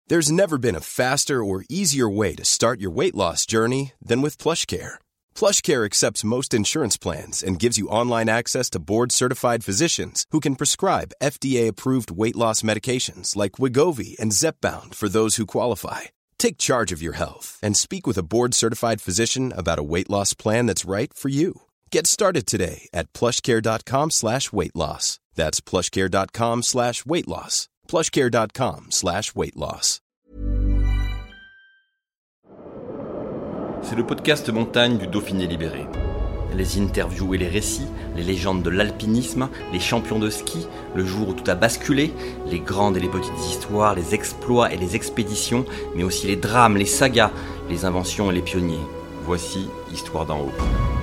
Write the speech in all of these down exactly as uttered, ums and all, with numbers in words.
There's never been a faster or easier way to start your weight loss journey than with PlushCare. PlushCare accepts most insurance plans and gives you online access to board-certified physicians who can prescribe F D A-approved weight loss medications like Wegovy and Zepbound for those who qualify. Take charge of your health and speak with a board-certified physician about a weight loss plan that's right for you. Get started today at plushcare.com slash weight loss. That's plushcare.com slash weight loss. plushcare.com slash weight loss. C'est le podcast montagne du Dauphiné libéré. Les interviews et les récits, les légendes de l'alpinisme, les champions de ski, le jour où tout a basculé, les grandes et les petites histoires, les exploits et les expéditions, mais aussi les drames, les sagas, les inventions et les pionniers. Voici Histoire d'en haut.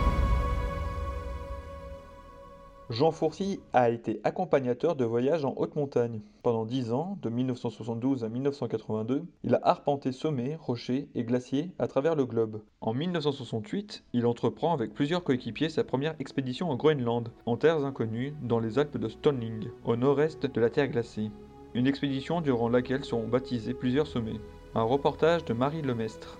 Jean Fourcy a été accompagnateur de voyages en haute montagne. Pendant dix ans, de mille neuf cent soixante-douze à mille neuf cent quatre-vingt-deux, il a arpenté sommets, rochers et glaciers à travers le globe. En mille neuf cent soixante-huit, il entreprend avec plusieurs coéquipiers sa première expédition en Groenland, en terres inconnues, dans les Alpes de Stonling, au nord-est de la Terre glacée. Une expédition durant laquelle seront baptisés plusieurs sommets. Un reportage de Marie Lemestre.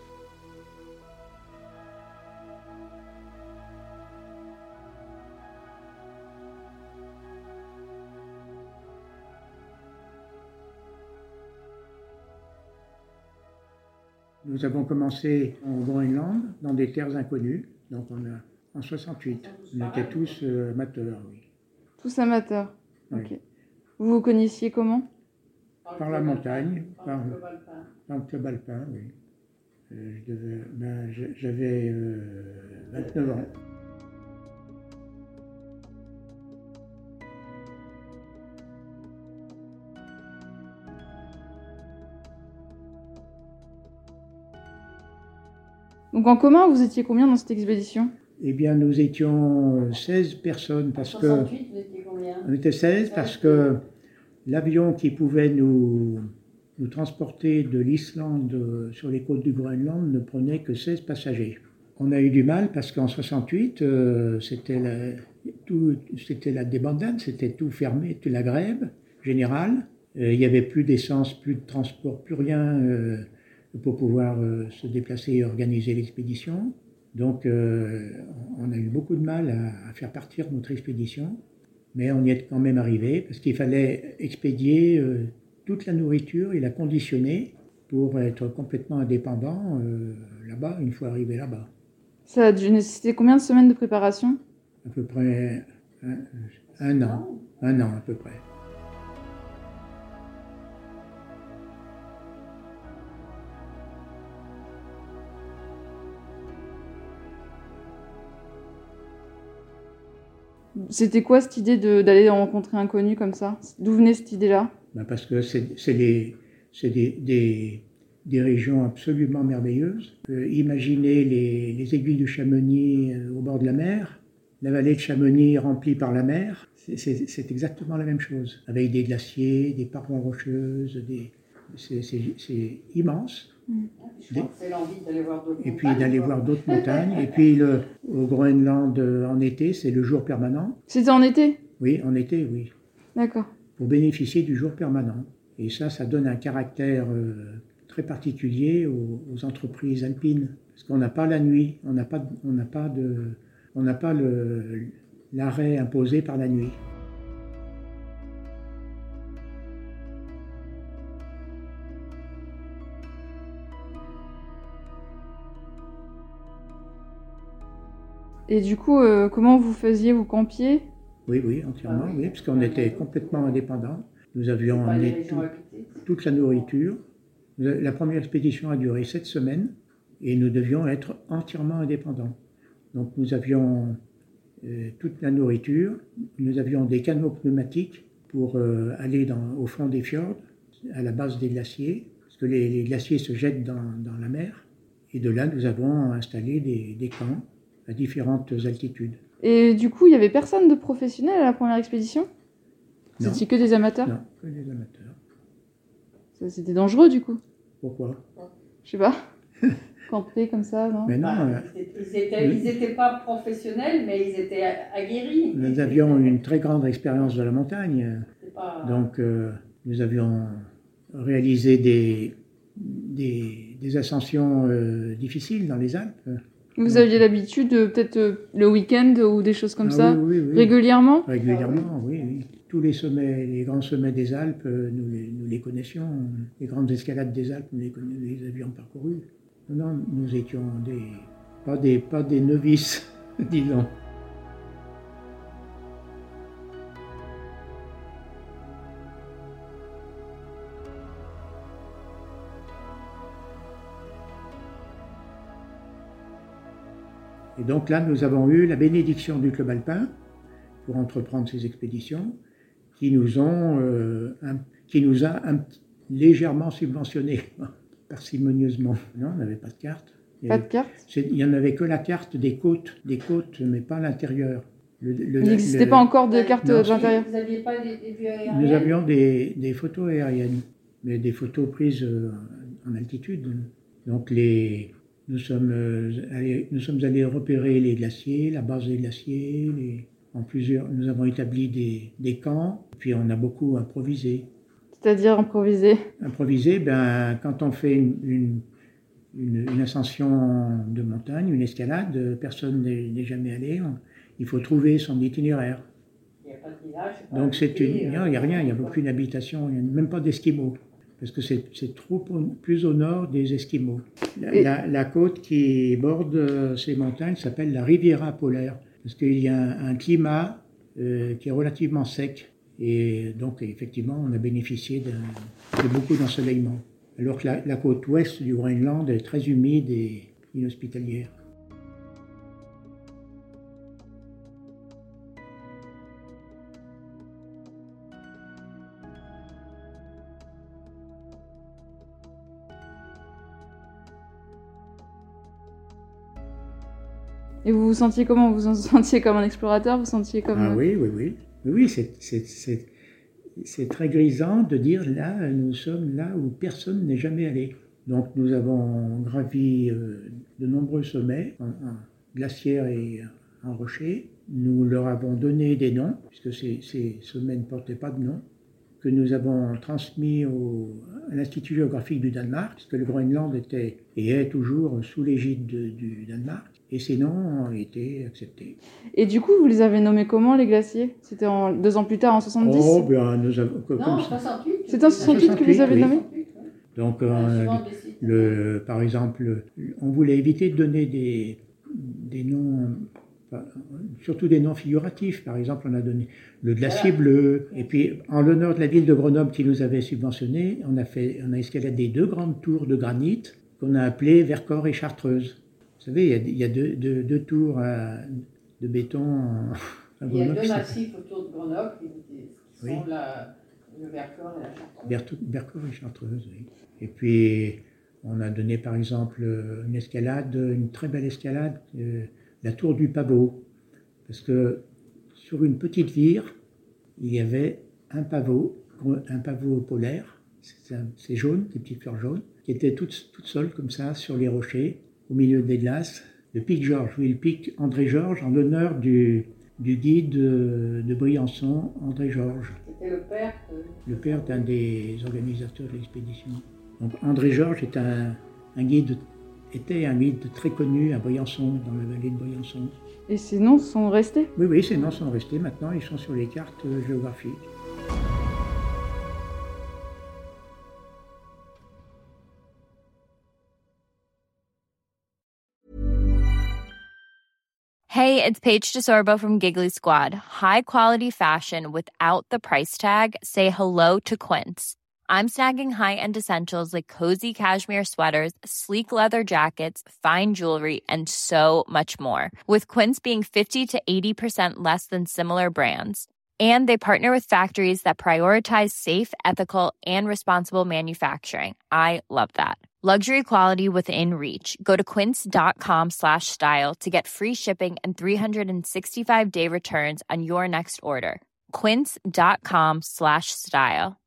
Nous avons commencé en Groenland, dans des terres inconnues, donc on a, en soixante-huit. On était tous euh, amateurs, oui. Tous amateurs, Oui. Ok. Vous vous connaissiez comment? Par la montagne, par, par le club alpin, oui. Euh, je devais, ben, j'avais euh, vingt-neuf ans. Donc en commun, vous étiez combien dans cette expédition? Eh bien, nous étions seize personnes parce que... soixante-huit, vous étiez combien? On était seize parce que l'avion qui pouvait nous, nous transporter de l'Islande sur les côtes du Groenland ne prenait que seize passagers. On a eu du mal parce qu'en soixante-huit, euh, c'était, la, tout, c'était la débandade, c'était tout fermé, toute la grève générale. Euh, il n'y avait plus d'essence, plus de transport, plus rien euh, pour pouvoir euh, se déplacer et organiser l'expédition. Donc euh, on a eu beaucoup de mal à, à faire partir notre expédition, mais on y est quand même arrivé parce qu'il fallait expédier euh, toute la nourriture et la conditionner pour être complètement indépendant euh, là-bas, une fois arrivé là-bas. Ça a dû nécessiter combien de semaines de préparation? À peu près un, un an, un an à peu près. C'était quoi cette idée de, d'aller rencontrer un inconnu comme ça? D'où venait cette idée-là? Ben parce que c'est, c'est, les, c'est des, des, des régions absolument merveilleuses. Euh, imaginez les, les aiguilles du Chamonix euh, au bord de la mer, la vallée de Chamonix remplie par la mer, c'est, c'est, c'est exactement la même chose. Avec des glaciers, des parois rocheuses, des, c'est, c'est, c'est immense. Mmh. Je crois que c'est l'envie d'aller voir d'autres Et puis montagnes, d'aller quoi. voir d'autres montagnes. Et puis le, au Groenland euh, en été, c'est le jour permanent. C'était en été? Oui, en été, oui. D'accord. Pour bénéficier du jour permanent. Et ça, ça donne un caractère euh, très particulier aux, aux entreprises alpines. Parce qu'on n'a pas la nuit, on n'a pas, on n'a pas, de, on n'a pas le, l'arrêt imposé par la nuit. Et du coup, euh, comment vous faisiez? Vous campiez? Oui, oui, entièrement, Ah oui. oui, parce qu'on était complètement indépendants. Nous avions Pas les emmené régions tout- habitées. toute la nourriture. La première expédition a duré sept semaines et nous devions être entièrement indépendants. Donc nous avions euh, toute la nourriture, nous avions des canots pneumatiques pour euh, aller dans, au fond des fjords, à la base des glaciers, parce que les, les glaciers se jettent dans, dans la mer. Et de là, nous avons installé des, des camps à différentes altitudes. Et du coup, il n'y avait personne de professionnel à la première expédition? Non. C'était que des amateurs? Non, que des amateurs. Ça, c'était dangereux du coup? Pourquoi? Je sais pas. Camper comme ça, non? Mais non, Bah, euh, ils étaient, ils étaient pas professionnels, mais ils étaient aguerris. nous avions une très grande expérience de la montagne. C'est pas... Donc, euh, nous avions réalisé des, des, des ascensions euh, difficiles dans les Alpes. Vous Donc, aviez l'habitude, euh, peut-être euh, le week-end ou des choses comme ah, ça, oui, oui, oui. régulièrement? Régulièrement, oui, oui. Tous les sommets, les grands sommets des Alpes, euh, nous les, nous les connaissions. Les grandes escalades des Alpes, nous les, nous les avions parcourues. Non, non, nous étions des, pas des, pas des novices, disons. Et donc là, nous avons eu la bénédiction du Club alpin pour entreprendre ces expéditions, qui nous ont, euh, un, qui nous a un, légèrement subventionnés, parcimonieusement. Non, on n'avait pas de carte. Pas de carte? Il n'y en avait que la carte des côtes, des côtes, mais pas l'intérieur. Le, le, Il n'existait pas encore de carte non, de l'intérieur? Vous n'aviez pas des, des vues aériennes? Nous avions des, des photos aériennes, mais des photos prises euh, en altitude. Donc les, nous, sommes, euh, allés, nous sommes allés repérer les glaciers, la base des glaciers. Les, en plusieurs, nous avons établi des, des camps, puis on a beaucoup improvisé. C'est-à-dire improvisé? Improvisé, ben, quand on fait une, une, une, une ascension de montagne, une escalade, personne n'est jamais allé. On, il faut trouver son itinéraire. Il n'y a pas de village. Donc c'est une, euh, non, il n'y a rien, il n'y a aucune habitation, il n'y a même pas d'Esquimaux, parce que c'est trop plus au nord des Esquimaux. La, Et... la, la côte qui borde ces montagnes s'appelle la Riviera polaire, parce qu'il y a un, un climat euh, qui est relativement sec, et donc effectivement on a bénéficié de, de beaucoup d'ensoleillement. Alors que la, la côte ouest du Groenland est très humide et inhospitalière. Et vous vous sentiez comment? Vous vous sentiez comme un explorateur? Vous sentiez comme... Ah oui, oui, oui. Oui, c'est très grisant de dire là, nous sommes là où personne n'est jamais allé. Donc nous avons gravi euh, de nombreux sommets, en, en glaciaires et en rochers. Nous leur avons donné des noms, puisque ces, ces sommets ne portaient pas de nom, que nous avons transmis au, à l'Institut géographique du Danemark, puisque le Groenland était et est toujours sous l'égide du Danemark. Et ces noms ont été acceptés. Et du coup, vous les avez nommés comment, les glaciers? C'était deux ans plus tard, en soixante-dix? Oh, bien, nous avons... Non, en soixante-huit. C'est en soixante-huit que vous avez oui. nommé? Donc, euh, le, par exemple, on voulait éviter de donner des, des noms, surtout des noms figuratifs. Par exemple, on a donné le glacier bleu. Et puis, en l'honneur de la ville de Grenoble qui nous avait subventionné, on a, fait, on a escaladé deux grandes tours de granit qu'on a appelées Vercors et Chartreuse. Vous savez, il y a, il y a deux, deux, deux tours à, de béton à Grenoble. Il y a deux ça... massifs autour de Grenoble qui, qui sont oui. la, le Vercors et la Chartreuse. Vercors et Chartreuse, oui. Et puis, on a donné par exemple une escalade, une très belle escalade, euh, la tour du pavot. Parce que sur une petite vire, il y avait un pavot, un pavot polaire, c'est jaune, des petites fleurs jaunes, qui était toute, toute seule comme ça sur les rochers, au milieu des glaces, le pic Georges, oui, le pic André Georges, en l'honneur du, du guide de, de Briançon, André Georges. C'était le père de... Le père d'un des organisateurs de l'expédition. Donc André Georges est un, un guide, était un guide très connu à Briançon, dans la vallée de Briançon. Et ces noms sont restés? Oui, oui, ces noms sont restés. Maintenant, ils sont sur les cartes géographiques. Hey, it's Paige DeSorbo from Giggly Squad. High quality fashion without the price tag. Say hello to Quince. I'm snagging high-end essentials like cozy cashmere sweaters, sleek leather jackets, fine jewelry, and so much more. With Quince being fifty to eighty percent less than similar brands. And they partner with factories that prioritize safe, ethical, and responsible manufacturing. I love that. Luxury quality within reach. Go to quince.com slash style to get free shipping and three sixty-five day returns on your next order. Quince.com slash style.